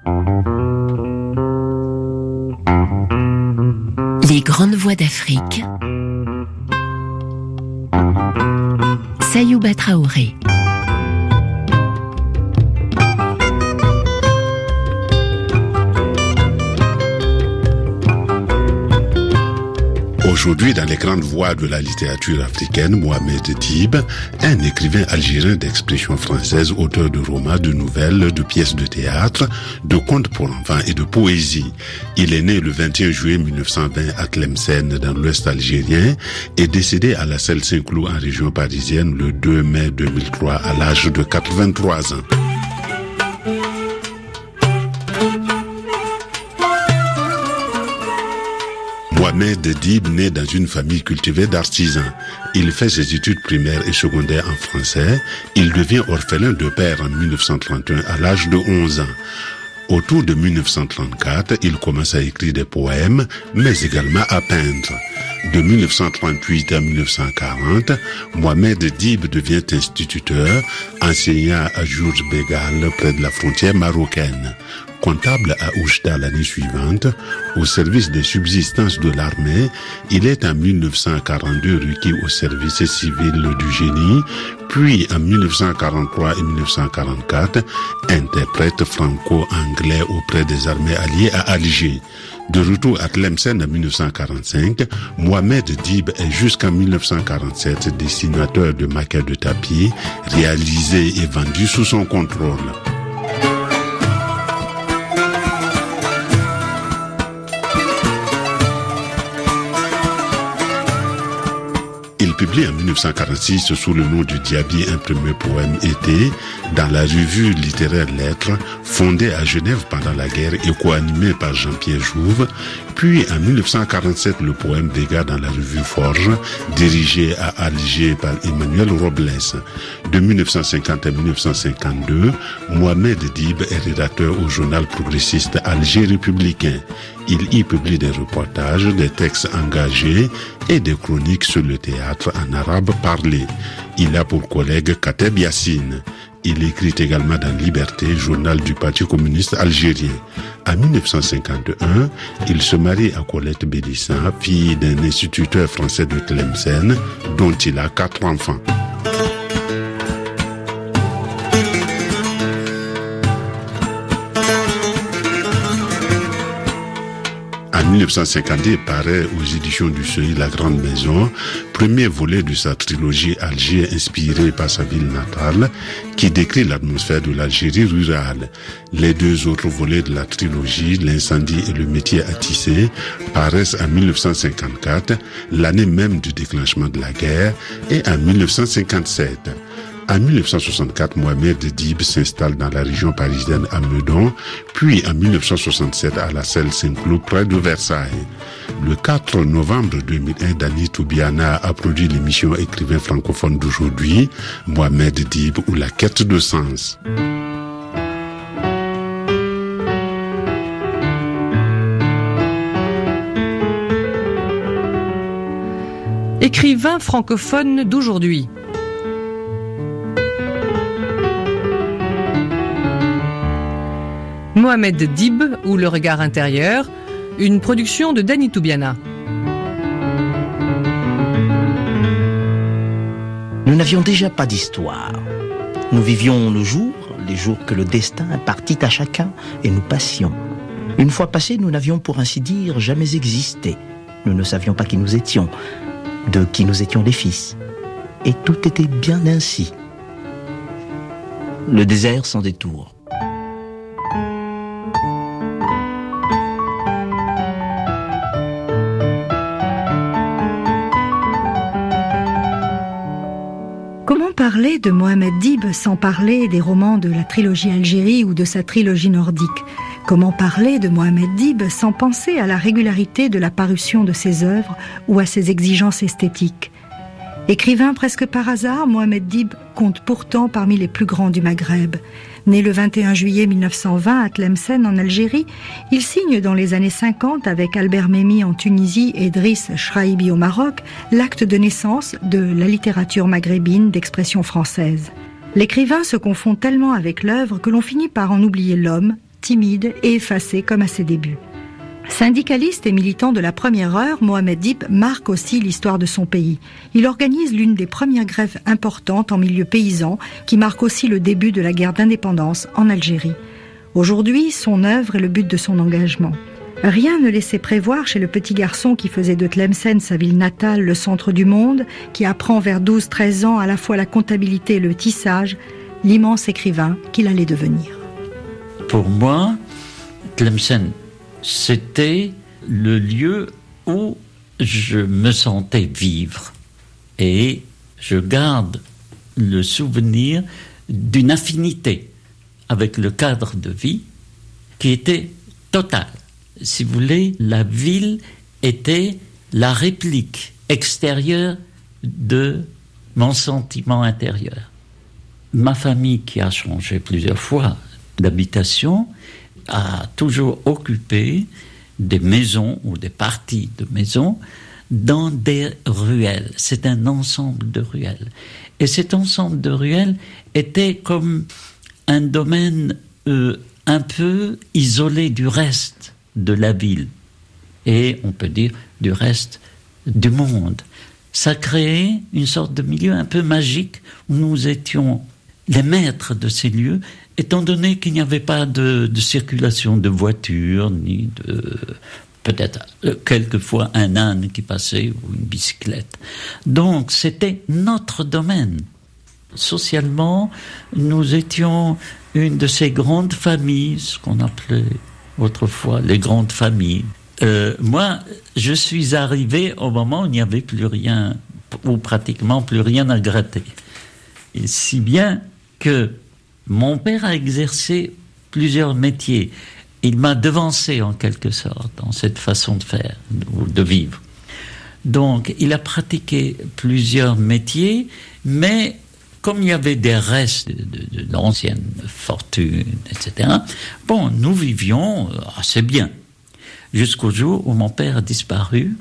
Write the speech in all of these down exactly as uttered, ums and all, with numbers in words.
Les grandes voix d'Afrique. Sayouba Traoré. Aujourd'hui, dans les grandes voix de la littérature africaine, Mohamed Dib, un écrivain algérien d'expression française, auteur de romans, de nouvelles, de pièces de théâtre, de contes pour enfants et de poésie. Il est né le vingt et un juillet mille neuf cent vingt à Tlemcen, dans l'ouest algérien, et décédé à la Celle Saint-Cloud en région parisienne le deux mai deux mille trois à l'âge de quatre-vingt-trois ans. Mohamed Dib naît dans une famille cultivée d'artisans. Il fait ses études primaires et secondaires en français. Il devient orphelin de père en mille neuf cent trente et un à l'âge de onze ans. Autour de mille neuf cent trente-quatre, il commence à écrire des poèmes, mais également à peindre. De mille neuf cent trente-huit à mille neuf cent quarante, Mohamed Dib devient instituteur, enseignant à Djoudj Bégal, près de la frontière marocaine. Comptable à Oujda l'année suivante, au service des subsistances de l'armée, il est en mille neuf cent quarante-deux requis au service civil du génie, puis en mille neuf cent quarante-trois et mille neuf cent quarante-quatre, interprète franco-anglais auprès des armées alliées à Alger. De retour à Tlemcen en mille neuf cent quarante-cinq, Mohamed Dib est jusqu'en mille neuf cent quarante-sept dessinateur de maquettes de tapis, réalisées et vendues sous son contrôle. Il publie en mille neuf cent quarante-six sous le nom du Diaby un premier poème été dans la revue littéraire Lettres, fondée à Genève pendant la guerre et co-animée par Jean-Pierre Jouve, puis en mille neuf cent quarante-sept le poème Vega dans la revue Forge, dirigé à Alger par Emmanuel Robles. De mille neuf cent cinquante à mille neuf cent cinquante-deux, Mohamed Dib est rédacteur au journal progressiste Alger Républicain. Il y publie des reportages, des textes engagés et des chroniques sur le théâtre en arabe parlé. Il a pour collègue Kateb Yassine. Il écrit également dans Liberté, journal du Parti communiste algérien. En mille neuf cent cinquante et un, il se marie à Colette Bélissa, fille d'un instituteur français de Tlemcen, dont il a quatre enfants. En mille neuf cent cinquante-deux, paraît aux éditions du Seuil La Grande Maison, premier volet de sa trilogie Alger inspirée par sa ville natale, qui décrit l'atmosphère de l'Algérie rurale. Les deux autres volets de la trilogie, L'incendie et le métier à tisser, paraissent en mille neuf cent cinquante-quatre, l'année même du déclenchement de la guerre, et en mille neuf cent cinquante-sept. En mille neuf cent soixante-quatre, Mohamed Dib s'installe dans la région parisienne à Meudon, puis en mille neuf cent soixante-sept à la Celle Saint-Cloud près de Versailles. Le quatre novembre deux mille un, Dany Toubiana a produit l'émission Écrivain francophone d'aujourd'hui, Mohamed Dib ou la quête de sens. Écrivain francophone d'aujourd'hui. Mohamed Dib ou Le Regard intérieur, une production de Dany Toubiana. Nous n'avions déjà pas d'histoire. Nous vivions nos jours, les jours que le destin impartit à chacun, et nous passions. Une fois passés, nous n'avions pour ainsi dire jamais existé. Nous ne savions pas qui nous étions, de qui nous étions les fils. Et tout était bien ainsi. Le désert sans détour. Parler de Mohamed Dib sans parler des romans de la trilogie Algérie ou de sa trilogie nordique? Comment parler de Mohamed Dib sans penser à la régularité de la parution de ses œuvres ou à ses exigences esthétiques? Écrivain presque par hasard, Mohamed Dib compte pourtant parmi les plus grands du Maghreb. Né le vingt et un juillet mille neuf cent vingt à Tlemcen en Algérie, il signe dans les années cinquante avec Albert Memmi en Tunisie et Driss Shraibi au Maroc l'acte de naissance de la littérature maghrébine d'expression française. L'écrivain se confond tellement avec l'œuvre que l'on finit par en oublier l'homme, timide et effacé comme à ses débuts. Syndicaliste et militant de la première heure, Mohamed Dib marque aussi l'histoire de son pays. Il organise l'une des premières grèves importantes en milieu paysan, qui marque aussi le début de la guerre d'indépendance en Algérie. Aujourd'hui, son œuvre est le but de son engagement. Rien ne laissait prévoir chez le petit garçon qui faisait de Tlemcen, sa ville natale, le centre du monde, qui apprend vers douze treize ans à la fois la comptabilité et le tissage, l'immense écrivain qu'il allait devenir. Pour moi, Tlemcen, c'était le lieu où je me sentais vivre. Et je garde le souvenir d'une affinité avec le cadre de vie qui était total. Si vous voulez, la ville était la réplique extérieure de mon sentiment intérieur. Ma famille, qui a changé plusieurs fois d'habitation, a toujours occupé des maisons ou des parties de maisons dans des ruelles. C'est un ensemble de ruelles. Et cet ensemble de ruelles était comme un domaine euh, un peu isolé du reste de la ville. Et on peut dire du reste du monde. Ça créait une sorte de milieu un peu magique où nous étions les maîtres de ces lieux, étant donné qu'il n'y avait pas de, de circulation de voitures, ni de... peut-être euh, quelquefois un âne qui passait ou une bicyclette. Donc c'était notre domaine. Socialement, nous étions une de ces grandes familles, ce qu'on appelait autrefois les grandes familles. Euh, moi, je suis arrivé au moment où il n'y avait plus rien, ou pratiquement plus rien à gratter. Et si bien que mon père a exercé plusieurs métiers. Il m'a devancé en quelque sorte dans cette façon de faire ou de vivre. Donc, il a pratiqué plusieurs métiers, mais comme il y avait des restes de, de, de l'ancienne fortune, et cetera, bon, nous vivions assez bien. Jusqu'au jour où mon père a disparu,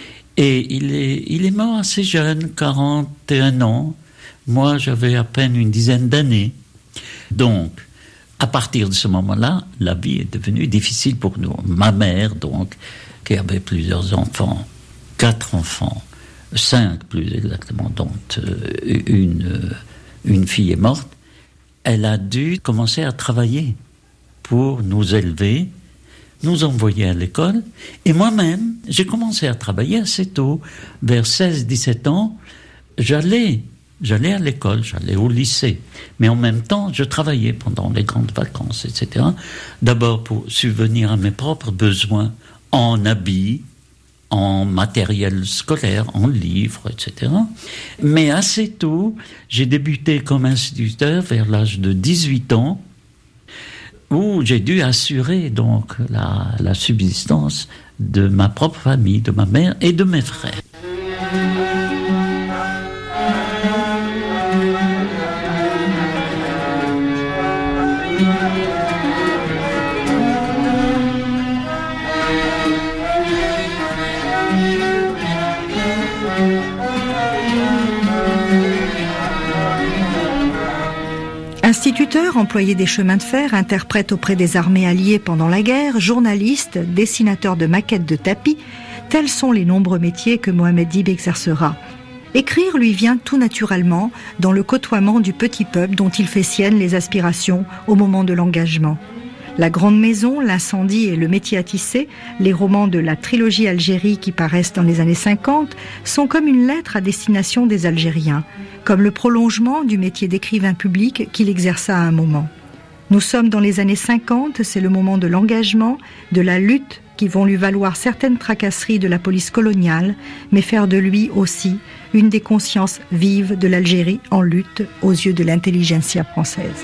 et il est, il est mort assez jeune, quarante et un ans. Moi, j'avais à peine une dizaine d'années. Donc, à partir de ce moment-là, la vie est devenue difficile pour nous. Ma mère, donc, qui avait plusieurs enfants, quatre enfants, cinq plus exactement, dont euh, une, une fille est morte, elle a dû commencer à travailler pour nous élever, nous envoyer à l'école. Et moi-même, j'ai commencé à travailler assez tôt. Vers seize dix-sept ans, j'allais... J'allais à l'école, j'allais au lycée, mais en même temps, je travaillais pendant les grandes vacances, et cetera. D'abord pour subvenir à mes propres besoins en habits, en matériel scolaire, en livres, et cetera. Mais assez tôt, j'ai débuté comme instituteur vers l'âge de dix-huit ans, où j'ai dû assurer donc la, la subsistance de ma propre famille, de ma mère et de mes frères. Instituteur, employé des chemins de fer, interprète auprès des armées alliées pendant la guerre, journaliste, dessinateur de maquettes de tapis, tels sont les nombreux métiers que Mohamed Dib exercera. Écrire lui vient tout naturellement dans le côtoiement du petit peuple dont il fait sienne les aspirations au moment de l'engagement. La Grande Maison, L'incendie et Le métier à tisser, les romans de la trilogie Algérie qui paraissent dans les années cinquante, sont comme une lettre à destination des Algériens, comme le prolongement du métier d'écrivain public qu'il exerça à un moment. Nous sommes dans les années cinquante, c'est le moment de l'engagement, de la lutte qui vont lui valoir certaines tracasseries de la police coloniale, mais faire de lui aussi une des consciences vives de l'Algérie en lutte aux yeux de l'intelligentsia française.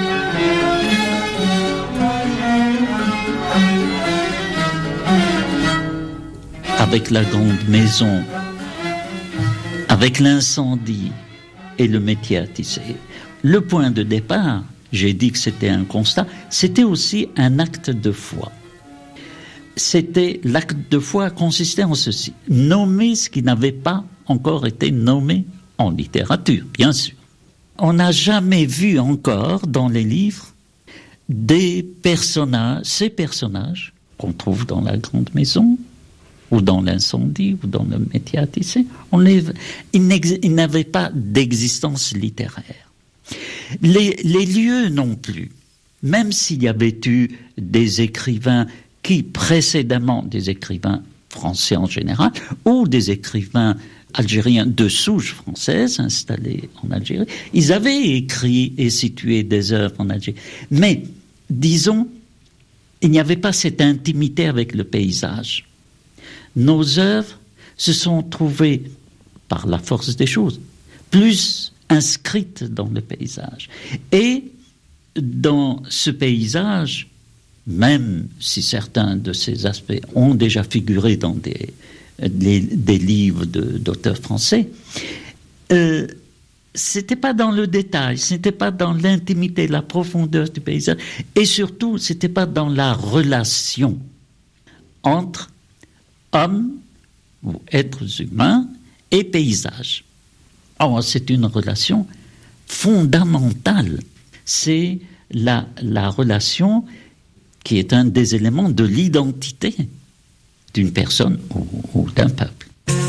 Avec la Grande Maison, avec l'incendie et le métier à tisser, le point de départ, j'ai dit que c'était un constat, c'était aussi un acte de foi. C'était l'acte de foi consistait en ceci: nommer ce qui n'avait pas encore été nommé en littérature, bien sûr. On n'a jamais vu encore dans les livres des personnages, ces personnages qu'on trouve dans la Grande Maison, ou dans l'incendie, ou dans le métier à tisser, on les, ils, ils n'avaient pas d'existence littéraire. Les, les lieux non plus. Même s'il y avait eu des écrivains qui, précédemment, des écrivains français en général, ou des écrivains algériens de souche française installés en Algérie, ils avaient écrit et situé des œuvres en Algérie. Mais, disons, il n'y avait pas cette intimité avec le paysage. Nos œuvres se sont trouvées, par la force des choses, plus inscrites dans le paysage. Et dans ce paysage, même si certains de ces aspects ont déjà figuré dans des, des, des livres de, d'auteurs français, euh, c'était pas dans le détail, c'était pas dans l'intimité, la profondeur du paysage, et surtout, c'était pas dans la relation entre hommes ou êtres humains et paysage. Or, c'est une relation fondamentale. C'est la, la relation qui est un des éléments de l'identité d'une personne ou, ou d'un peuple.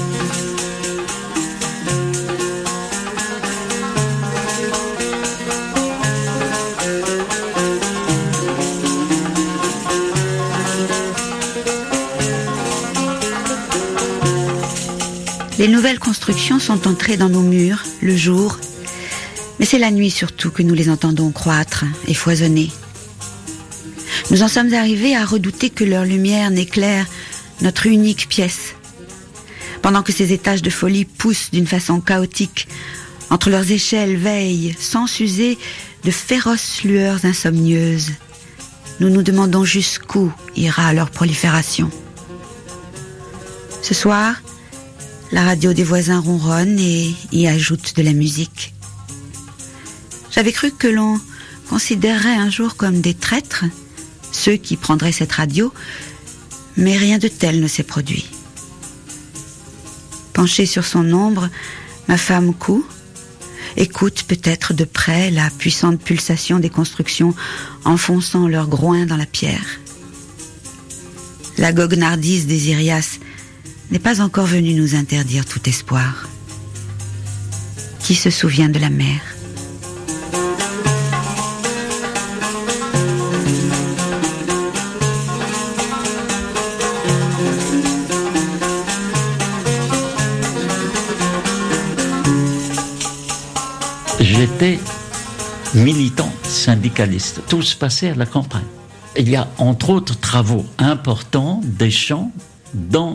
Les nouvelles constructions sont entrées dans nos murs, le jour, mais c'est la nuit surtout que nous les entendons croître et foisonner. Nous en sommes arrivés à redouter que leur lumière n'éclaire notre unique pièce, pendant que ces étages de folie poussent d'une façon chaotique, entre leurs échelles veillent, sans s'user, de féroces lueurs insomnieuses. Nous nous demandons jusqu'où ira leur prolifération. Ce soir, la radio des voisins ronronne et y ajoute de la musique. J'avais cru que l'on considérerait un jour comme des traîtres ceux qui prendraient cette radio, mais rien de tel ne s'est produit. Penchée sur son ombre, ma femme coud, écoute peut-être de près la puissante pulsation des constructions enfonçant leurs groins dans la pierre. La goguenardise des Irias n'est pas encore venue nous interdire tout espoir. Qui se souvient de la mer ? J'étais militant syndicaliste. Tout se passait à la campagne. Il y a entre autres travaux importants des champs dans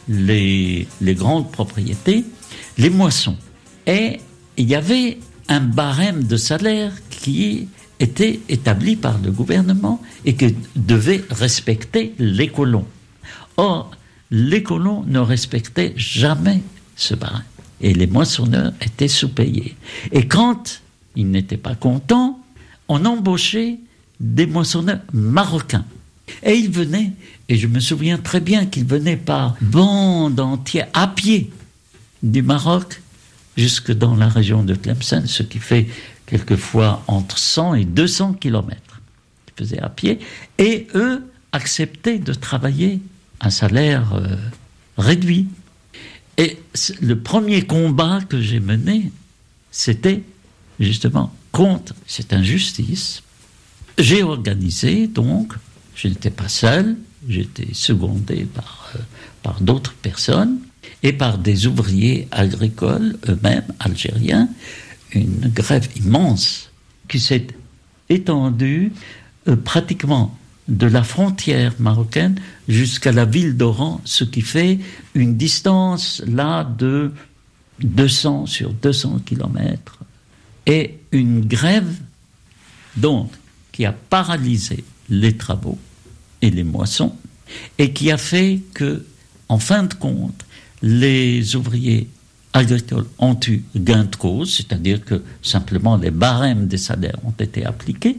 les, les grandes propriétés, les moissons. Et il y avait un barème de salaire qui était établi par le gouvernement et que devaient respecter les colons. Or, les colons ne respectaient jamais ce barème. Et les moissonneurs étaient sous-payés. Et quand ils n'étaient pas contents, on embauchait des moissonneurs marocains. Et ils venaient, et je me souviens très bien qu'ils venaient par bande entière, à pied, du Maroc jusque dans la région de Tlemcen, ce qui fait quelquefois entre cent et deux cents kilomètres. Ils faisaient à pied, et eux acceptaient de travailler à un salaire euh, réduit. Et le premier combat que j'ai mené, c'était justement contre cette injustice. J'ai organisé, donc, je n'étais pas seul, j'étais secondé par, euh, par d'autres personnes et par des ouvriers agricoles eux-mêmes, algériens, une grève immense qui s'est étendue euh, pratiquement de la frontière marocaine jusqu'à la ville d'Oran, ce qui fait une distance là de deux cents sur deux cents kilomètres. Et une grève, donc, qui a paralysé les travaux et les moissons, et qui a fait que, en fin de compte, les ouvriers agricoles ont eu gain de cause, c'est-à-dire que simplement les barèmes des salaires ont été appliqués,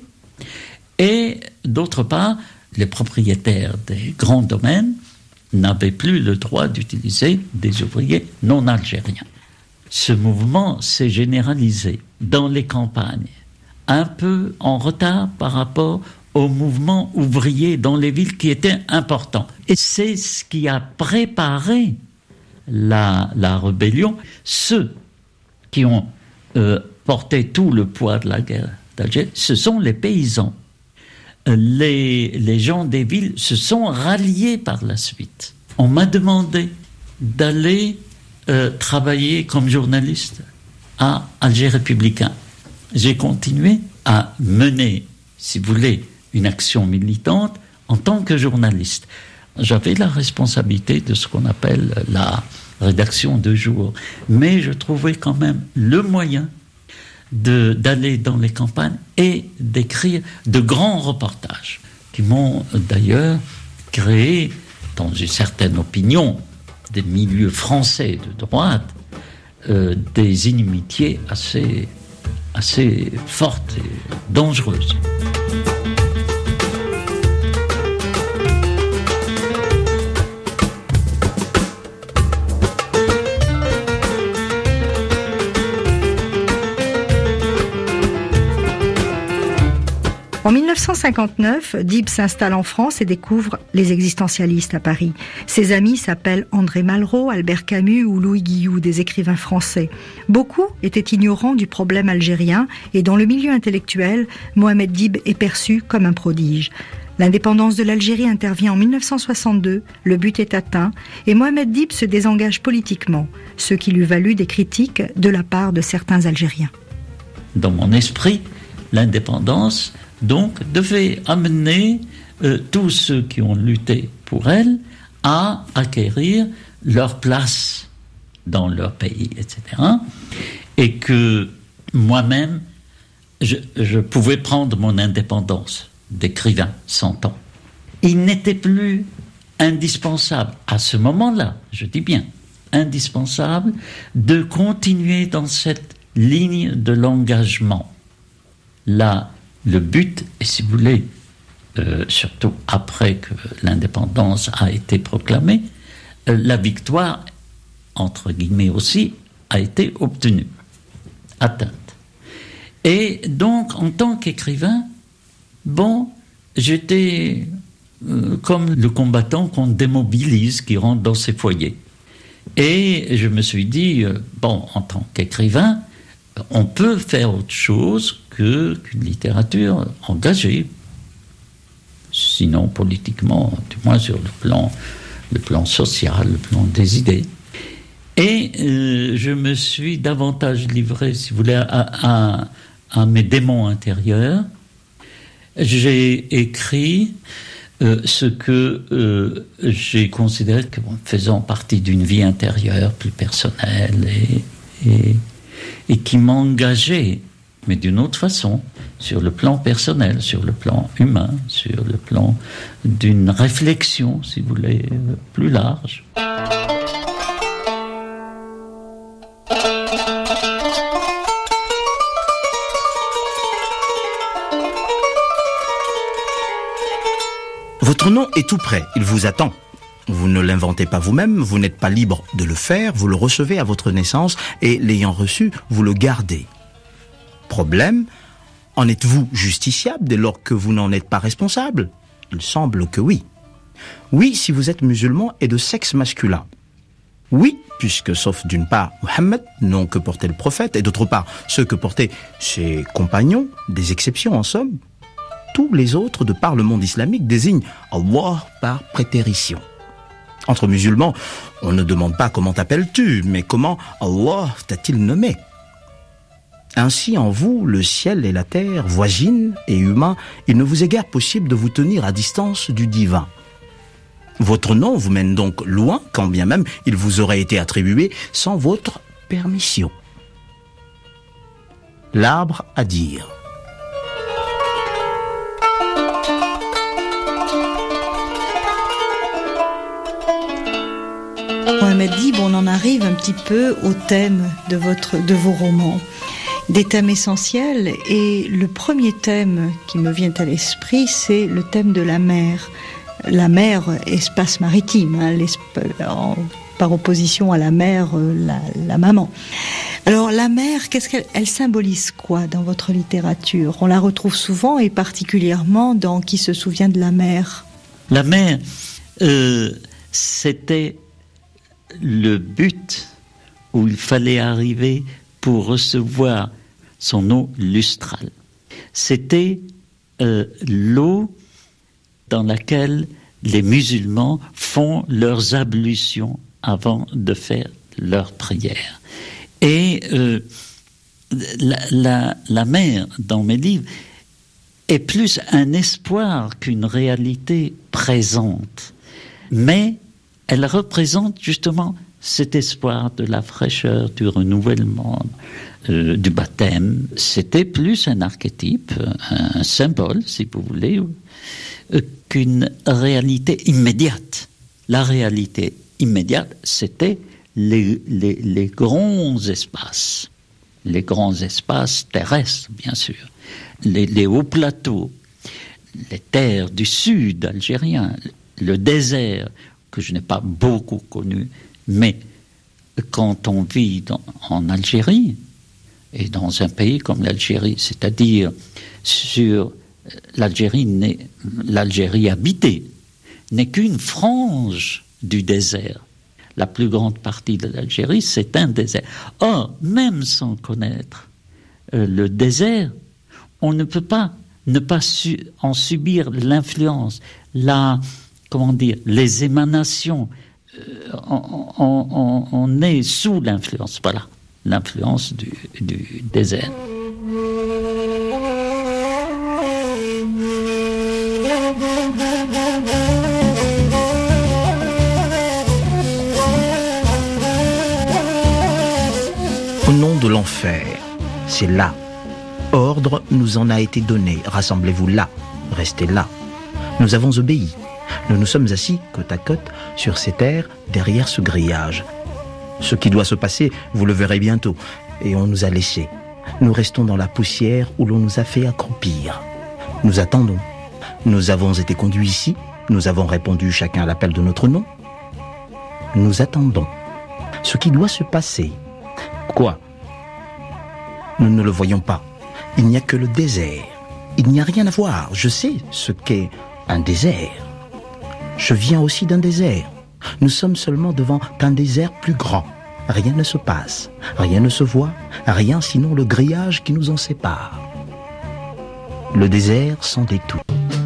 et d'autre part, les propriétaires des grands domaines n'avaient plus le droit d'utiliser des ouvriers non algériens. Ce mouvement s'est généralisé dans les campagnes, un peu en retard par rapport au mouvement ouvrier dans les villes qui était important. Et c'est ce qui a préparé la, la rébellion. Ceux qui ont euh, porté tout le poids de la guerre d'Algérie, ce sont les paysans. Les, les gens des villes se sont ralliés par la suite. On m'a demandé d'aller euh, travailler comme journaliste à Alger républicain. J'ai continué à mener, si vous voulez, une action militante en tant que journaliste. J'avais la responsabilité de ce qu'on appelle la rédaction de jour, mais je trouvais quand même le moyen de, d'aller dans les campagnes et d'écrire de grands reportages qui m'ont d'ailleurs créé, dans une certaine opinion des milieux français de droite, euh, des inimitiés assez, assez fortes et dangereuses. En dix-neuf cent cinquante-neuf, Dib s'installe en France et découvre les existentialistes à Paris. Ses amis s'appellent André Malraux, Albert Camus ou Louis Guillou, des écrivains français. Beaucoup étaient ignorants du problème algérien et dans le milieu intellectuel, Mohamed Dib est perçu comme un prodige. L'indépendance de l'Algérie intervient en dix-neuf cent soixante-deux, le but est atteint et Mohamed Dib se désengage politiquement, ce qui lui valut des critiques de la part de certains Algériens. Dans mon esprit, l'indépendance donc devait amener euh, tous ceux qui ont lutté pour elle à acquérir leur place dans leur pays, et cetera. Et que moi-même, je, je pouvais prendre mon indépendance d'écrivain cent ans. Il n'était plus indispensable, à ce moment-là, je dis bien, indispensable, de continuer dans cette ligne de l'engagement. Là, le but, et si vous voulez, euh, surtout après que l'indépendance a été proclamée, euh, la victoire, entre guillemets aussi, a été obtenue, atteinte. Et donc, en tant qu'écrivain, bon, j'étais euh, comme le combattant qu'on démobilise, qui rentre dans ses foyers. Et je me suis dit, euh, bon, en tant qu'écrivain, on peut faire autre chose que, qu'une littérature engagée, sinon politiquement, du moins sur le plan, le plan social, le plan des idées. Et euh, je me suis davantage livré, si vous voulez, à, à, à mes démons intérieurs. J'ai écrit euh, ce que euh, j'ai considéré comme faisant partie d'une vie intérieure plus personnelle et... et et qui m'engageait, mais d'une autre façon, sur le plan personnel, sur le plan humain, sur le plan d'une réflexion, si vous voulez, plus large. Votre nom est tout prêt, il vous attend. Vous ne l'inventez pas vous-même, vous n'êtes pas libre de le faire, vous le recevez à votre naissance et l'ayant reçu, vous le gardez. Problème, en êtes-vous justiciable dès lors que vous n'en êtes pas responsable ? Il semble que oui. Oui, si vous êtes musulman et de sexe masculin. Oui, puisque sauf d'une part Mohammed, nom que portait le prophète, et d'autre part ceux que portaient ses compagnons, des exceptions en somme, tous les autres, de par le monde islamique, désignent Allah par prétérition. Entre musulmans, on ne demande pas comment t'appelles-tu, mais comment Allah t'a-t-il nommé. Ainsi, en vous, le ciel et la terre, voisines et humains, il ne vous est guère possible de vous tenir à distance du divin. Votre nom vous mène donc loin, quand bien même il vous aurait été attribué sans votre permission. L'arbre à dire. Mohamed Dib, on en arrive un petit peu au thème de, votre, de vos romans. Des thèmes essentiels, et le premier thème qui me vient à l'esprit, c'est le thème de la mer. La mer, espace maritime, hein, en par opposition à la mère, euh, la, la maman. Alors la mère, qu'est-ce qu'elle elle symbolise quoi dans votre littérature? On la retrouve souvent et particulièrement dans Qui se souvient de la mère? La mère, euh, c'était le but où il fallait arriver pour recevoir son eau lustrale. C'était euh, l'eau dans laquelle les musulmans font leurs ablutions avant de faire leurs prières. Et euh, la, la, la mer, dans mes livres, est plus un espoir qu'une réalité présente. Mais elle représente justement cet espoir de la fraîcheur, du renouvellement, euh, du baptême. C'était plus un archétype, un, un symbole, si vous voulez, euh, qu'une réalité immédiate. La réalité immédiate, c'était les, les, les grands espaces, les grands espaces terrestres, bien sûr, les, les hauts plateaux, les terres du sud algérien, le désert, que je n'ai pas beaucoup connu, mais quand on vit dans, en Algérie, et dans un pays comme l'Algérie, c'est-à-dire sur l'Algérie, n'est, l'Algérie habitée, n'est qu'une frange du désert. La plus grande partie de l'Algérie, c'est un désert. Or, même sans connaître euh, le désert, on ne peut pas ne pas su- en subir l'influence, la, comment dire, les émanations. Euh, on, on, on, on est sous l'influence, voilà, l'influence du, du désert. Au nom de l'enfer, c'est là. Ordre nous en a été donné. Rassemblez-vous là. Restez là. Nous avons obéi. Nous nous sommes assis côte à côte sur ces terres derrière ce grillage. Ce qui doit se passer, vous le verrez bientôt. Et on nous a laissés. Nous restons dans la poussière où l'on nous a fait accroupir. Nous attendons. Nous avons été conduits ici. Nous avons répondu chacun à l'appel de notre nom. Nous attendons. Ce qui doit se passer. Quoi? Nous ne le voyons pas. Il n'y a que le désert. Il n'y a rien à voir. Je sais ce qu'est un désert. Je viens aussi d'un désert. Nous sommes seulement devant un désert plus grand. Rien ne se passe, rien ne se voit, rien sinon le grillage qui nous en sépare. Le désert sans détour.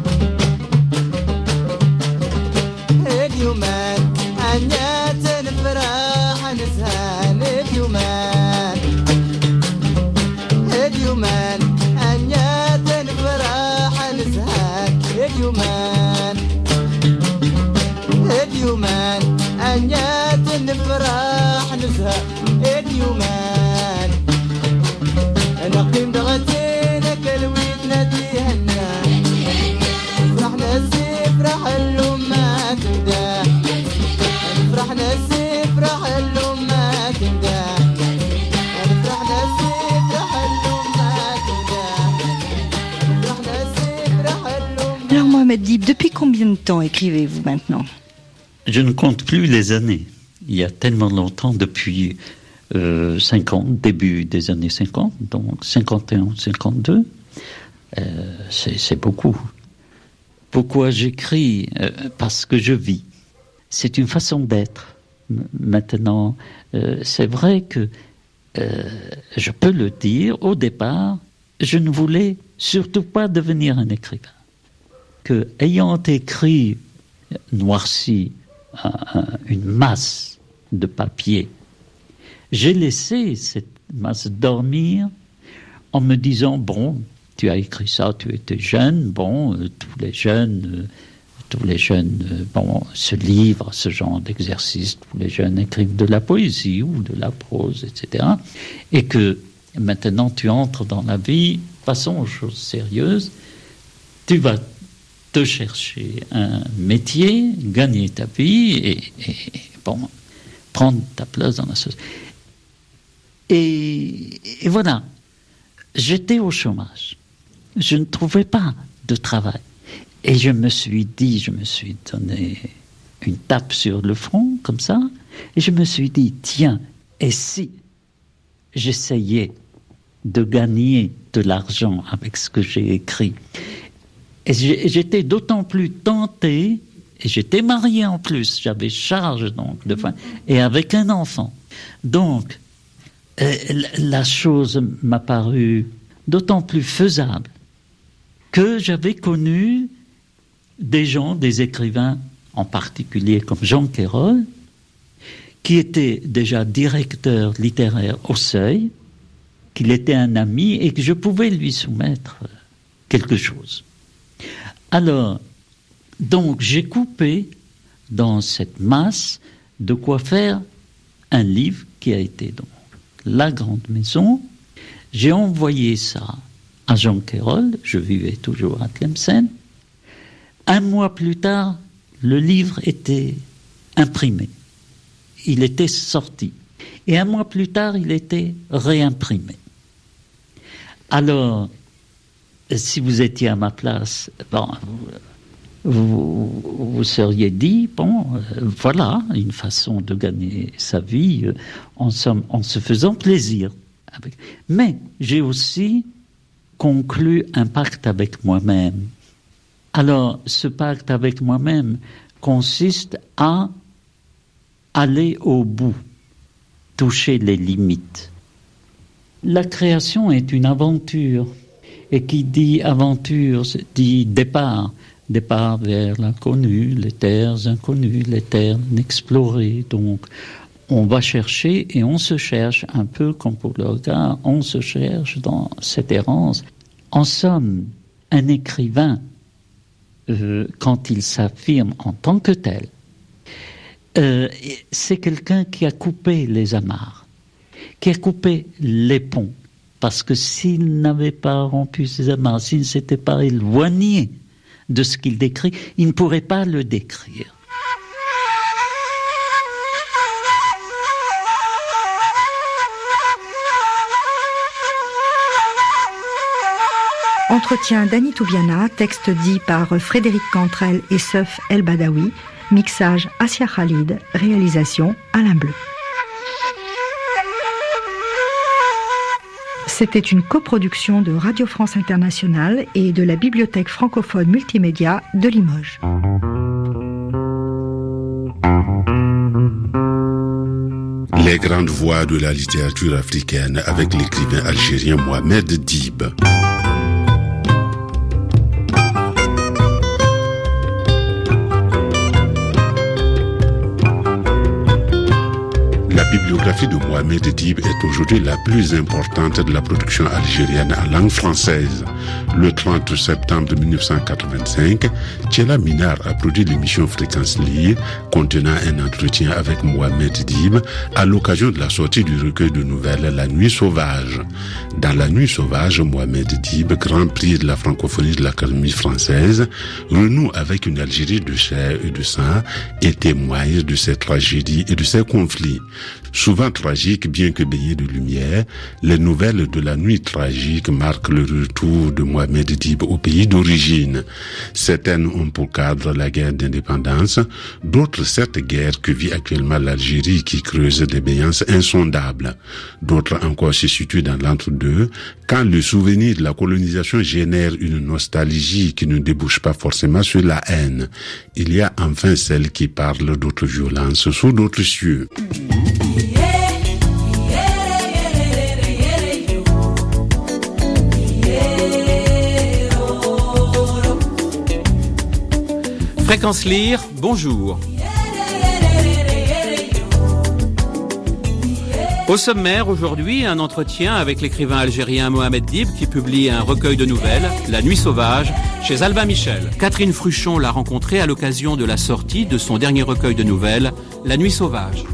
Alors Mohamed Dib, depuis combien de temps écrivez-vous maintenant? Je ne compte plus les années. Il y a tellement longtemps, depuis euh, cinquante, début des années cinquante, donc cinquante et un, cinquante-deux, euh, c'est, c'est beaucoup. Pourquoi j'écris? euh, Parce que je vis. C'est une façon d'être. Maintenant, euh, c'est vrai que euh, je peux le dire, au départ, je ne voulais surtout pas devenir un écrivain. Que, ayant écrit, noirci, un, un, une masse de papier, j'ai laissé cette masse dormir en me disant, bon, tu as écrit ça, tu étais jeune, bon, euh, tous les jeunes, euh, tous les jeunes, euh, bon, se livrent à ce genre d'exercice, tous les jeunes écrivent de la poésie ou de la prose, et cetera. Et que maintenant tu entres dans la vie, passons aux choses sérieuses, tu vas te chercher un métier, gagner ta vie et, et bon, prendre ta place dans la société. Et, et voilà, j'étais au chômage. Je ne trouvais pas de travail. Et je me suis dit, je me suis donné une tape sur le front, comme ça, Et je me suis dit, tiens, et si j'essayais de gagner de l'argent avec ce que j'ai écrit? Et j'étais d'autant plus tenté, et j'étais marié en plus, j'avais charge donc de fin, et avec un enfant. Donc, euh, la chose m'a paru d'autant plus faisable que j'avais connu des gens, des écrivains en particulier comme Jean Quérol, qui était déjà directeur littéraire au Seuil, qu'il était un ami et que je pouvais lui soumettre quelque chose. Alors, donc j'ai coupé dans cette masse de quoi faire un livre qui a été donc La Grande Maison. J'ai envoyé ça à Jean Quérol, je vivais toujours à Tlemcen. Un mois plus tard, le livre était imprimé. Il était sorti. Et un mois plus tard, il était réimprimé. Alors, si vous étiez à ma place, bon, vous, vous seriez dit, bon, euh, voilà, une façon de gagner sa vie euh, en, somme, en se faisant plaisir. Avec... Mais j'ai aussi conclu un pacte avec moi-même. Alors, ce pacte avec moi-même consiste à aller au bout, toucher les limites. La création est une aventure, et qui dit aventure dit départ, départ vers l'inconnu, les terres inconnues, les terres inexplorées. Donc, on va chercher et on se cherche, un peu comme pour le regard, on se cherche dans cette errance. En somme, un écrivain, euh, quand il s'affirme en tant que tel, euh, c'est quelqu'un qui a coupé les amarres, qui a coupé les ponts, parce que s'il n'avait pas rompu ses amarres, s'il ne s'était pas éloigné de ce qu'il décrit, il ne pourrait pas le décrire. Entretien d'Annie Toubiana, texte dit par Frédéric Cantrel et Seuf El Badawi, mixage Assia Khalid, réalisation Alain Bleu. C'était une coproduction de Radio France Internationale et de la Bibliothèque francophone multimédia de Limoges. Les grandes voix de la littérature africaine avec l'écrivain algérien Mohamed Dib. La bibliographie de Mohamed Dib est aujourd'hui la plus importante de la production algérienne en langue française. Le trente septembre mille neuf cent quatre-vingt-cinq, Thiela Minar a produit l'émission Fréquence Lire contenant un entretien avec Mohamed Dib à l'occasion de la sortie du recueil de nouvelles La Nuit Sauvage. Dans La Nuit Sauvage, Mohamed Dib, grand prix de la francophonie de l'Académie française, renoue avec une Algérie de chair et de sang et témoigne de ses tragédies et de ses conflits. Souvent tragiques, bien que baignées de lumière, les nouvelles de La Nuit tragique marquent le retour de Mohamed Dib au pays d'origine. Certaines ont pour cadre la guerre d'indépendance, d'autres cette guerre que vit actuellement l'Algérie qui creuse des béances insondables. D'autres encore se situent dans l'entre-deux, quand le souvenir de la colonisation génère une nostalgie qui ne débouche pas forcément sur la haine. Il y a enfin celle qui parle d'autres violences sous d'autres cieux. Fréquence Lire, bonjour. Au sommaire, aujourd'hui, un entretien avec l'écrivain algérien Mohamed Dib qui publie un recueil de nouvelles, La Nuit Sauvage, chez Albin Michel. Catherine Fruchon l'a rencontré à l'occasion de la sortie de son dernier recueil de nouvelles, La Nuit Sauvage.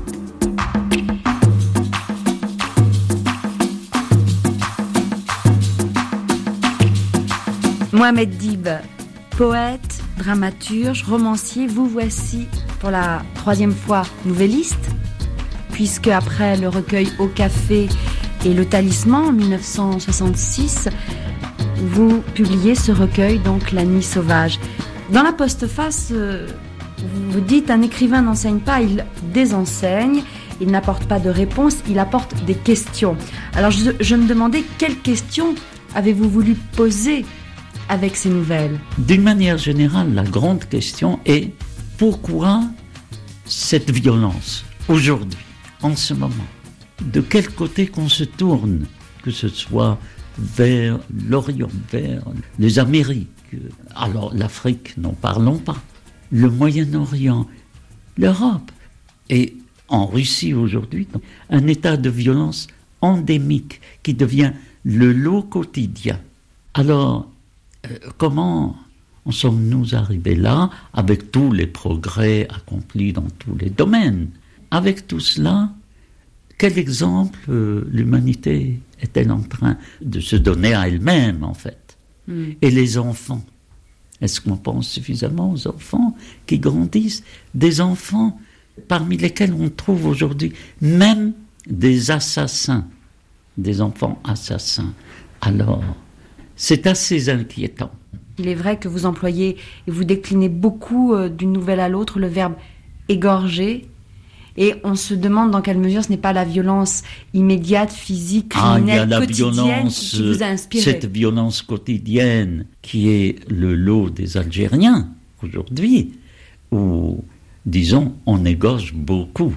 Mohamed Dib, poète, dramaturge, romancier, vous voici pour la troisième fois nouvelliste, puisque après le recueil Au Café et Le Talisman en mille neuf cent soixante-six, vous publiez ce recueil, donc La Nuit Sauvage. Dans la postface, euh, Vous dites, un écrivain n'enseigne pas, il désenseigne, il n'apporte pas de réponses, il apporte des questions. Alors je, je me demandais, quelles questions avez-vous voulu poser avec ces nouvelles ? D'une manière générale, la grande question est pourquoi cette violence aujourd'hui, en ce moment ? De quel côté qu'on se tourne, que ce soit vers l'Orient, vers les Amériques, alors l'Afrique, n'en parlons pas, le Moyen-Orient, l'Europe, et en Russie aujourd'hui, un état de violence endémique qui devient le lot quotidien. Alors, euh, comment en sommes-nous arrivés là, avec tous les progrès accomplis dans tous les domaines ? Avec tout cela, quel exemple euh, l'humanité est-elle en train de se donner à elle-même, en fait ? Mm. Et les enfants ? Est-ce qu'on pense suffisamment aux enfants qui grandissent ? Des enfants parmi lesquels on trouve aujourd'hui même des assassins, des enfants assassins. Alors, c'est assez inquiétant. Il est vrai que vous employez et vous déclinez beaucoup euh, d'une nouvelle à l'autre le verbe égorger. Et on se demande dans quelle mesure ce n'est pas la violence immédiate, physique, criminelle, ah, quotidienne qui, qui vous a inspiré. Cette violence quotidienne qui est le lot des Algériens aujourd'hui, où, disons, on égorge beaucoup.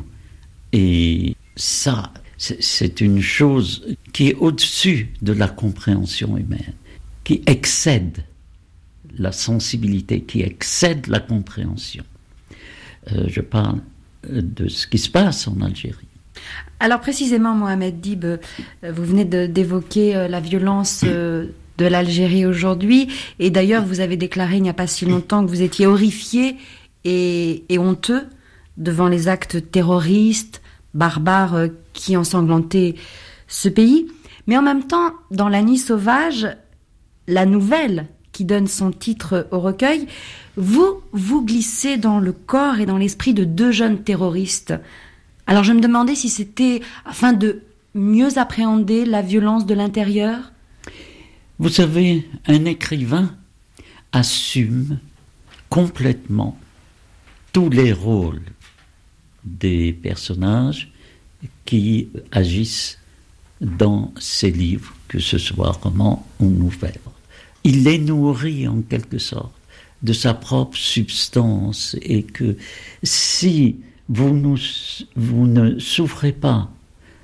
Et ça, c'est, c'est une chose qui est au-dessus de la compréhension humaine, qui excède la sensibilité, qui excède la compréhension. Euh, je parle de ce qui se passe en Algérie. Alors précisément, Mohamed Dib, vous venez de, d'évoquer la violence de l'Algérie aujourd'hui, et d'ailleurs vous avez déclaré il n'y a pas si longtemps que vous étiez horrifié et, et honteux devant les actes terroristes, barbares qui ensanglantaient ce pays. Mais en même temps, dans La Nuit sauvage, la nouvelle qui donne son titre au recueil, vous vous glissez dans le corps et dans l'esprit de deux jeunes terroristes. Alors je me demandais si c'était afin de mieux appréhender la violence de l'intérieur. Vous savez, un écrivain assume complètement tous les rôles des personnages qui agissent dans ses livres, que ce soit romans ou nouvelles. Il les nourrit en quelque sorte de sa propre substance, et que si vous, nous, vous ne souffrez pas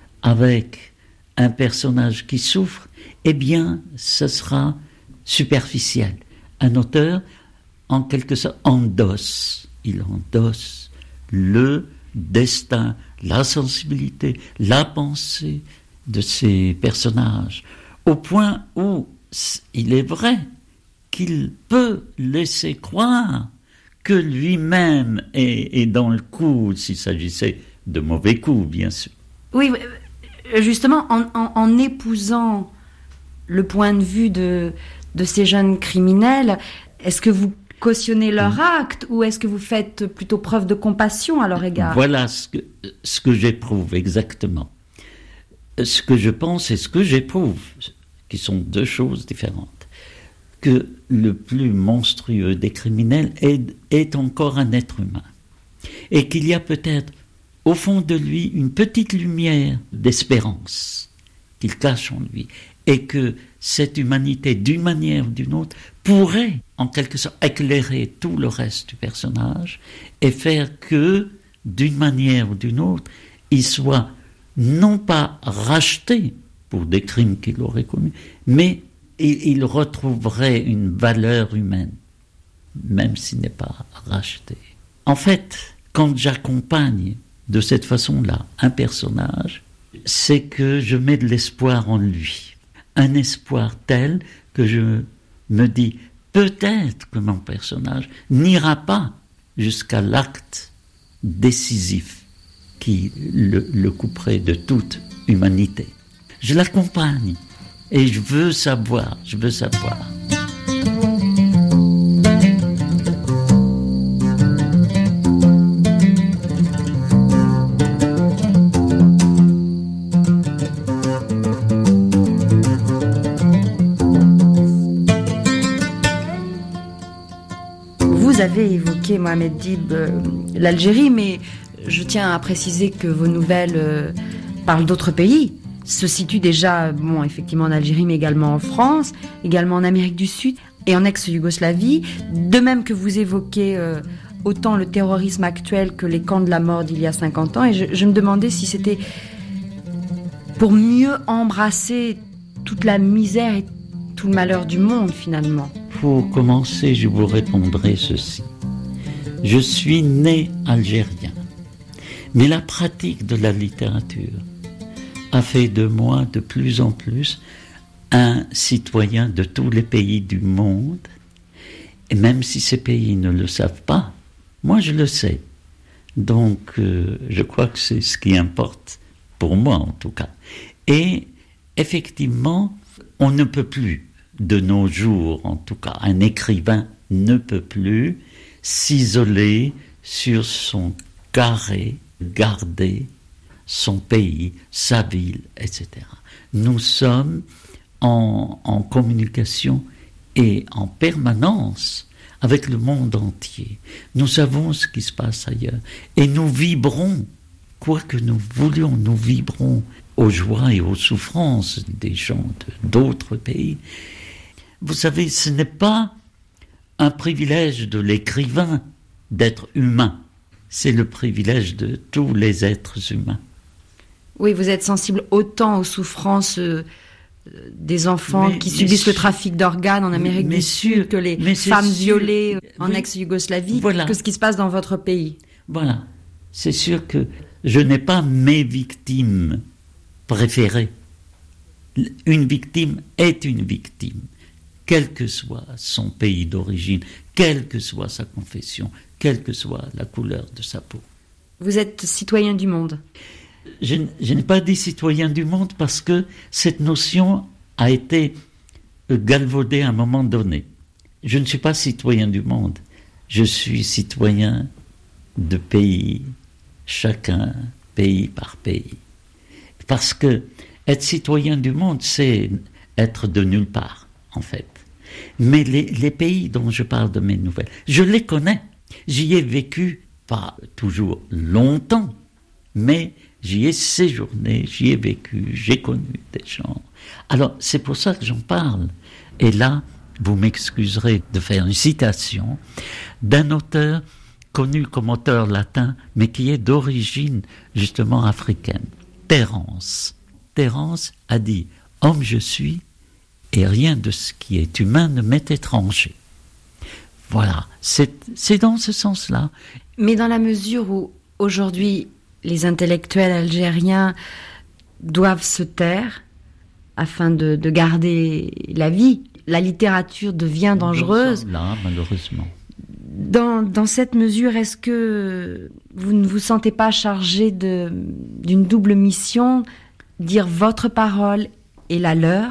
avec un personnage qui souffre, eh bien, ce sera superficiel. Un auteur, en quelque sorte, endosse, il endosse le destin, la sensibilité, la pensée de ces personnages, au point où il est vrai qu'il peut laisser croire que lui-même est, est dans le coup, s'il s'agissait de mauvais coups, bien sûr. Oui, justement, en, en, en épousant le point de vue de, de ces jeunes criminels, est-ce que vous cautionnez leur acte ou est-ce que vous faites plutôt preuve de compassion à leur égard ? Voilà ce que, ce que j'éprouve exactement. Ce que je pense et ce que j'éprouve, qui sont deux choses différentes. Que le plus monstrueux des criminels est, est encore un être humain. Et qu'il y a peut-être au fond de lui une petite lumière d'espérance qu'il cache en lui. Et que cette humanité, d'une manière ou d'une autre, pourrait en quelque sorte éclairer tout le reste du personnage et faire que, d'une manière ou d'une autre, il soit non pas racheté pour des crimes qu'il aurait commis, mais il retrouverait une valeur humaine, même s'il n'est pas racheté. En fait, quand j'accompagne de cette façon-là un personnage, c'est que je mets de l'espoir en lui. Un espoir tel que je me dis, peut-être que mon personnage n'ira pas jusqu'à l'acte décisif qui le, le couperait de toute humanité. Je l'accompagne. Et je veux savoir, je veux savoir. Vous avez évoqué évoqué, Mohamed Dib, euh, l'Algérie, mais je tiens à préciser que vos nouvelles euh, parlent d'autres pays, se situent déjà, bon, effectivement en Algérie, mais également en France, également en Amérique du Sud et en ex-Yougoslavie, de même que vous évoquez euh, autant le terrorisme actuel que les camps de la mort d'il y a cinquante ans, et je, je me demandais si c'était pour mieux embrasser toute la misère et tout le malheur du monde, finalement. Pour commencer, je vous répondrai ceci. Je suis né algérien, mais la pratique de la littérature a fait de moi de plus en plus un citoyen de tous les pays du monde, et même si ces pays ne le savent pas, moi je le sais. Donc euh, je crois que c'est ce qui importe, pour moi en tout cas. Et effectivement, on ne peut plus, de nos jours en tout cas, un écrivain ne peut plus s'isoler sur son carré, garder son pays, sa ville, et cetera. Nous sommes en, en communication et en permanence avec le monde entier. Nous savons ce qui se passe ailleurs et nous vibrons, quoi que nous voulions, nous vibrons aux joies et aux souffrances des gens de, d'autres pays. Vous savez, ce n'est pas un privilège de l'écrivain d'être humain, c'est le privilège de tous les êtres humains. Oui, vous êtes sensible autant aux souffrances euh, des enfants mais, qui subissent sûr, le trafic d'organes en Amérique du Sud que les femmes sûr, violées en oui, ex-Yougoslavie, voilà. que ce qui se passe dans votre pays. Voilà. C'est sûr que je n'ai pas mes victimes préférées. Une victime est une victime, quel que soit son pays d'origine, quelle que soit sa confession, quelle que soit la couleur de sa peau. Vous êtes citoyen du monde. Je, je n'ai pas dit citoyen du monde parce que cette notion a été galvaudée à un moment donné. Je ne suis pas citoyen du monde, je suis citoyen de pays, chacun, pays par pays. Parce que être citoyen du monde, c'est être de nulle part, en fait. Mais les, les pays dont je parle de mes nouvelles, je les connais. J'y ai vécu, pas toujours longtemps, mais j'y ai séjourné, j'y ai vécu, j'ai connu des gens. Alors, c'est pour ça que j'en parle. Et là, vous m'excuserez de faire une citation d'un auteur connu comme auteur latin, mais qui est d'origine justement africaine, Terence. Terence a dit « Homme je suis, et rien de ce qui est humain ne m'est étranger ». Voilà, c'est, c'est dans ce sens-là. Mais dans la mesure où, aujourd'hui, les intellectuels algériens doivent se taire afin de, de garder la vie, la littérature devient dangereuse. Là, malheureusement. Dans, dans cette mesure, est-ce que vous ne vous sentez pas chargé de, d'une double mission, dire votre parole et la leur ?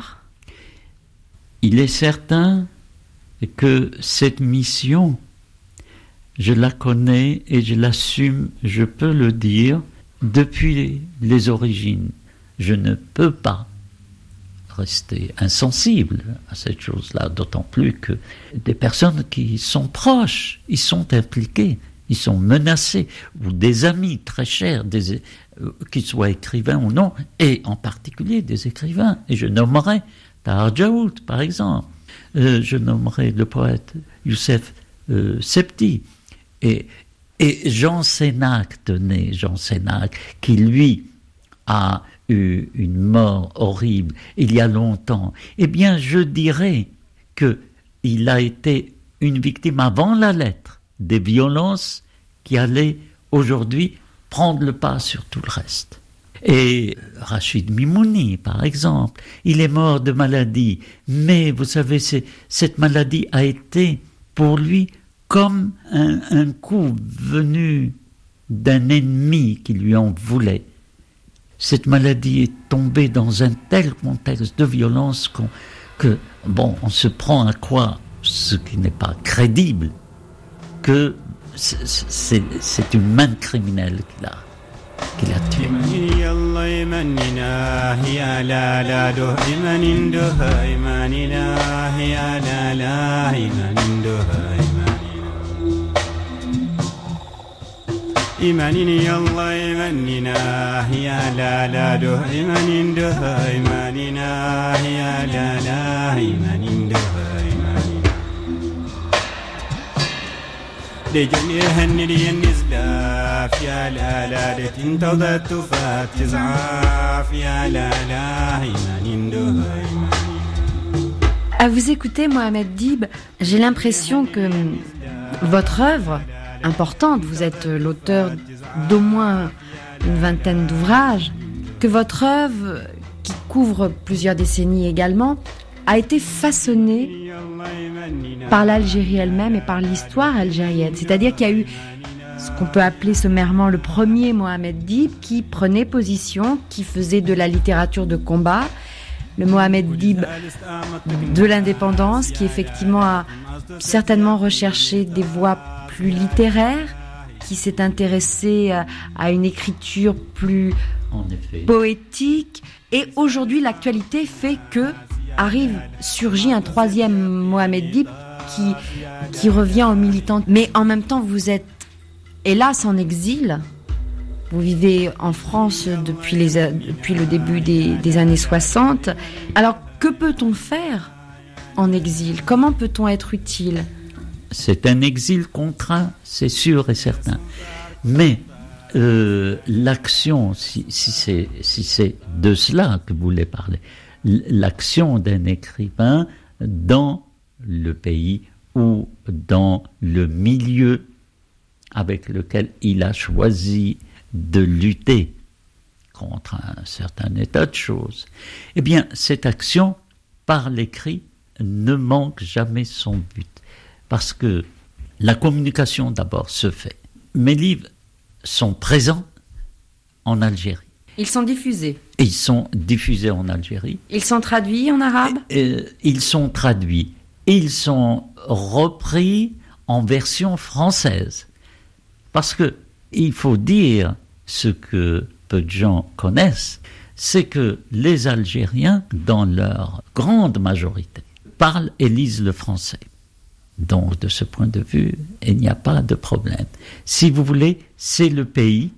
Il est certain que cette mission, je la connais et je l'assume, je peux le dire, depuis les, les origines. Je ne peux pas rester insensible à cette chose-là, d'autant plus que des personnes qui sont proches, ils sont impliqués, ils sont menacés, ou des amis très chers, des, euh, qu'ils soient écrivains ou non, et en particulier des écrivains. Et je nommerai Tahar Djaoud, par exemple. Euh, je nommerai le poète Youssef euh, Septi. Et, et Jean Sénac, tenez, Jean Sénac, qui lui a eu une mort horrible il y a longtemps, eh bien je dirais qu'il a été une victime avant la lettre des violences qui allaient aujourd'hui prendre le pas sur tout le reste. Et Rachid Mimouni, par exemple, il est mort de maladie, mais vous savez, c'est, cette maladie a été pour lui comme un, un coup venu d'un ennemi qui lui en voulait. Cette maladie est tombée dans un tel contexte de violence qu'on, que, bon, on se prend à croire, ce qui n'est pas crédible, que c'est, c'est, c'est une main criminelle qui l'a, qui l'a tué. إيمانين يلا إيماننا يا لا لا ده إيمانين ده إيماننا يا لا لا إيمانين ده إيمانين دجني هني النزلاف يا لا لا ده تنتظرت فات تزعاف يا لا لا إيمانين ده إيمانين. À vous écouter, Mohamed Dib, j'ai l'impression que votre œuvre importante, vous êtes l'auteur d'au moins une vingtaine d'ouvrages, que votre œuvre, qui couvre plusieurs décennies également, a été façonnée par l'Algérie elle-même et par l'histoire algérienne. C'est-à-dire qu'il y a eu ce qu'on peut appeler sommairement le premier Mohamed Dib qui prenait position, qui faisait de la littérature de combat, le Mohamed Dib de l'indépendance, qui effectivement a certainement recherché des voies plus littéraire, qui s'est intéressé à, à une écriture plus poétique. Et aujourd'hui, l'actualité fait que arrive, surgit un troisième Mohamed Dib qui, qui revient au militant. Mais en même temps, vous êtes, hélas, en exil. Vous vivez en France depuis, les, depuis le début des, des années soixante. Alors, que peut-on faire en exil? Comment peut-on être utile? C'est un exil contraint, c'est sûr et certain. Mais euh, l'action, si, si, c'est, si c'est de cela que vous voulez parler, l'action d'un écrivain dans le pays ou dans le milieu avec lequel il a choisi de lutter contre un certain état de choses, eh bien, cette action, par l'écrit, ne manque jamais son but. Parce que la communication, d'abord, se fait. Mes livres sont présents en Algérie. Ils sont diffusés. Ils sont diffusés en Algérie. Ils sont traduits en arabe ? euh, Ils sont traduits. Ils sont repris en version française. Parce que il faut dire ce que peu de gens connaissent, c'est que les Algériens, dans leur grande majorité, parlent et lisent le français. Donc, de ce point de vue, il n'y a pas de problème. Si vous voulez, c'est le pays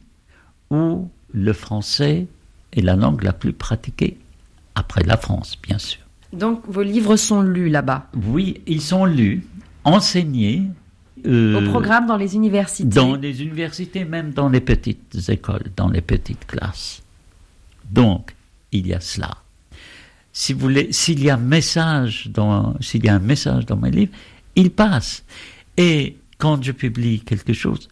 où le français est la langue la plus pratiquée, après la France, bien sûr. Donc, vos livres sont lus là-bas ? Oui, ils sont lus, enseignés. Euh, Au programme dans les universités ? Dans les universités, même dans les petites écoles, dans les petites classes. Donc, il y a cela. Si vous voulez, s'il y a message dans, s'il y a un message dans mes livres, il passe. Et quand je publie quelque chose,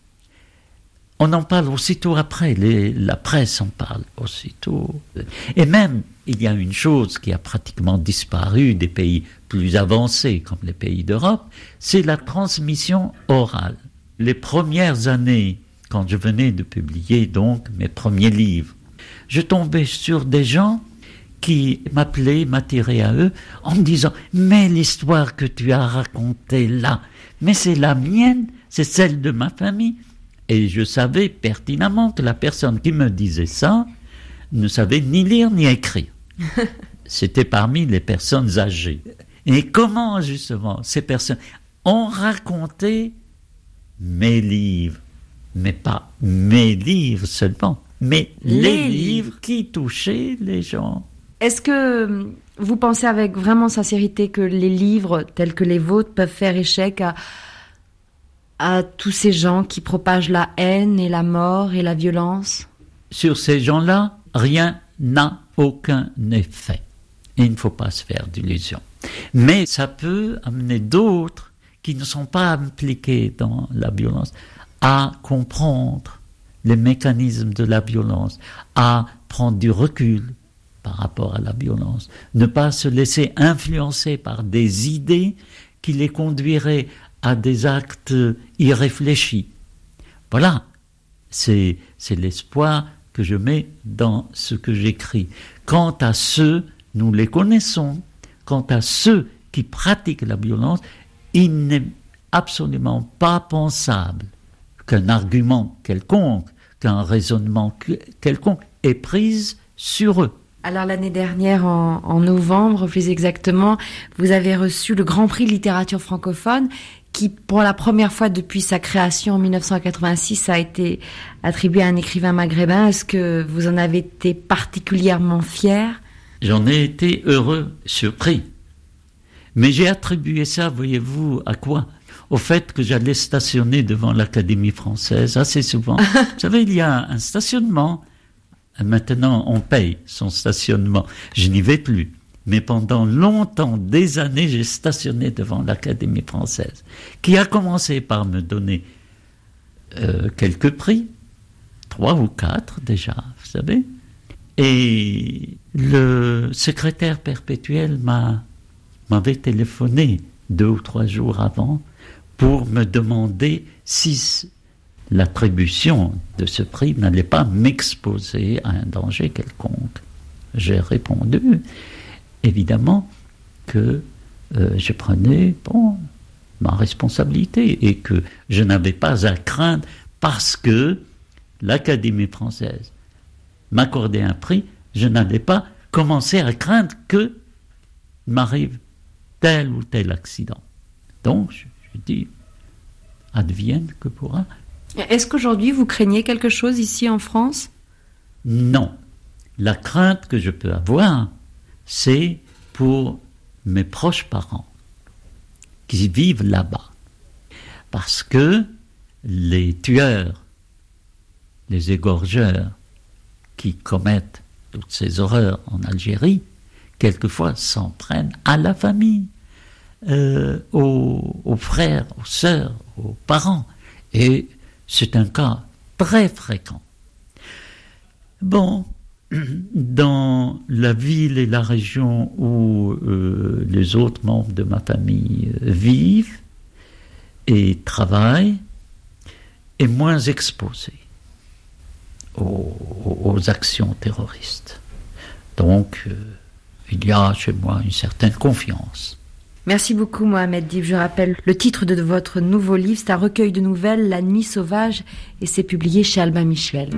on en parle aussitôt après. Les, la presse en parle aussitôt. Et même, il y a une chose qui a pratiquement disparu des pays plus avancés, comme les pays d'Europe, c'est la transmission orale. Les premières années, quand je venais de publier donc mes premiers livres, je tombais sur des gens qui m'appelaient, m'attiraient à eux, en me disant « Mais l'histoire que tu as racontée là, mais c'est la mienne, c'est celle de ma famille. » Et je savais pertinemment que la personne qui me disait ça ne savait ni lire ni écrire. C'était parmi les personnes âgées. Et comment, justement, ces personnes ont raconté mes livres, mais pas mes livres seulement, mais les, les livres qui touchaient les gens. Est-ce que vous pensez avec vraiment sincérité que les livres tels que les vôtres peuvent faire échec à, à tous ces gens qui propagent la haine et la mort et la violence ? Sur ces gens-là, rien n'a aucun effet. Et il ne faut pas se faire d'illusions. Mais ça peut amener d'autres qui ne sont pas impliqués dans la violence à comprendre les mécanismes de la violence, à prendre du recul par rapport à la violence, ne pas se laisser influencer par des idées qui les conduiraient à des actes irréfléchis. Voilà, c'est, c'est l'espoir que je mets dans ce que j'écris. Quant à ceux, nous les connaissons, quant à ceux qui pratiquent la violence, il n'est absolument pas pensable qu'un argument quelconque, qu'un raisonnement quelconque ait prise sur eux. Alors l'année dernière, en, en novembre plus exactement, vous avez reçu le Grand Prix de littérature francophone qui, pour la première fois depuis sa création en dix-neuf cent quatre-vingt-six, a été attribué à un écrivain maghrébin. Est-ce que vous en avez été particulièrement fier ? J'en ai été heureux, surpris. Mais j'ai attribué ça, voyez-vous, à quoi ? Au fait que j'allais stationner devant l'Académie française assez souvent. Vous savez, il y a un stationnement. Maintenant, on paye son stationnement. Je n'y vais plus. Mais pendant longtemps, des années, j'ai stationné devant l'Académie française, qui a commencé par me donner euh, quelques prix, trois ou quatre déjà, vous savez. Et le secrétaire perpétuel m'a, m'avait téléphoné deux ou trois jours avant pour me demander si l'attribution de ce prix n'allait pas m'exposer à un danger quelconque. J'ai répondu, évidemment, que euh, je prenais bon, ma responsabilité et que je n'avais pas à craindre parce que l'Académie française m'accordait un prix, je n'allais pas commencer à craindre que m'arrive tel ou tel accident. Donc, je, je dis, advienne que pourra. Est-ce qu'aujourd'hui, vous craignez quelque chose ici en France ? Non. La crainte que je peux avoir, c'est pour mes proches parents qui vivent là-bas. Parce que les tueurs, les égorgeurs qui commettent toutes ces horreurs en Algérie, quelquefois s'en prennent à la famille, euh, aux, aux frères, aux sœurs, aux parents. Et c'est un cas très fréquent. Bon, dans la ville et la région où euh, les autres membres de ma famille euh, vivent et travaillent, est moins exposé aux, aux actions terroristes. Donc, euh, il y a chez moi une certaine confiance. Merci beaucoup Mohamed Dib. Je rappelle le titre de votre nouveau livre, c'est un recueil de nouvelles, La Nuit sauvage, et c'est publié chez Albin Michel.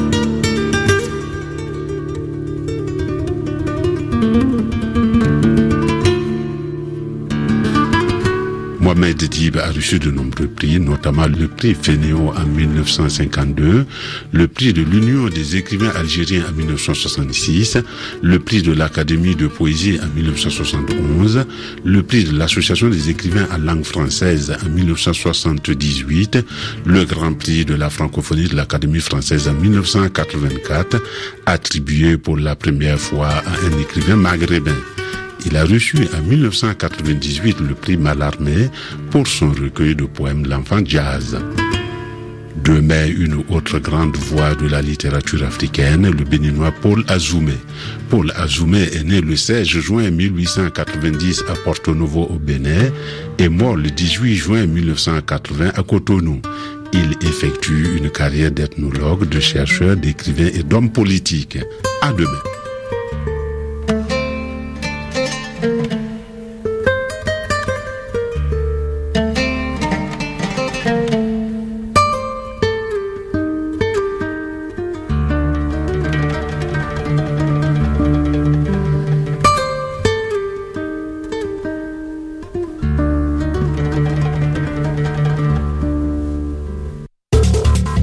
Mohamed Dib a reçu de nombreux prix, notamment le prix Fénéo en dix-neuf cent cinquante-deux, le prix de l'Union des écrivains algériens en dix-neuf cent soixante-six, le prix de l'Académie de poésie en dix-neuf cent soixante-onze, le prix de l'Association des écrivains en langue française en dix-neuf cent soixante-dix-huit, le Grand Prix de la francophonie de l'Académie française en dix-neuf cent quatre-vingt-quatre, attribué pour la première fois à un écrivain maghrébin. Il a reçu en dix-neuf cent quatre-vingt-dix-huit le prix Mallarmé pour son recueil de poèmes L'Enfant Jazz. De mai, une autre grande voix de la littérature africaine, le béninois Paul Azoumé. Paul Azoumé est né le seize juin mille huit cent quatre-vingt-dix à Porto Novo au Bénin et mort le dix-huit juin mille neuf cent quatre-vingts à Cotonou. Il effectue une carrière d'ethnologue, de chercheur, d'écrivain et d'homme politique. À demain.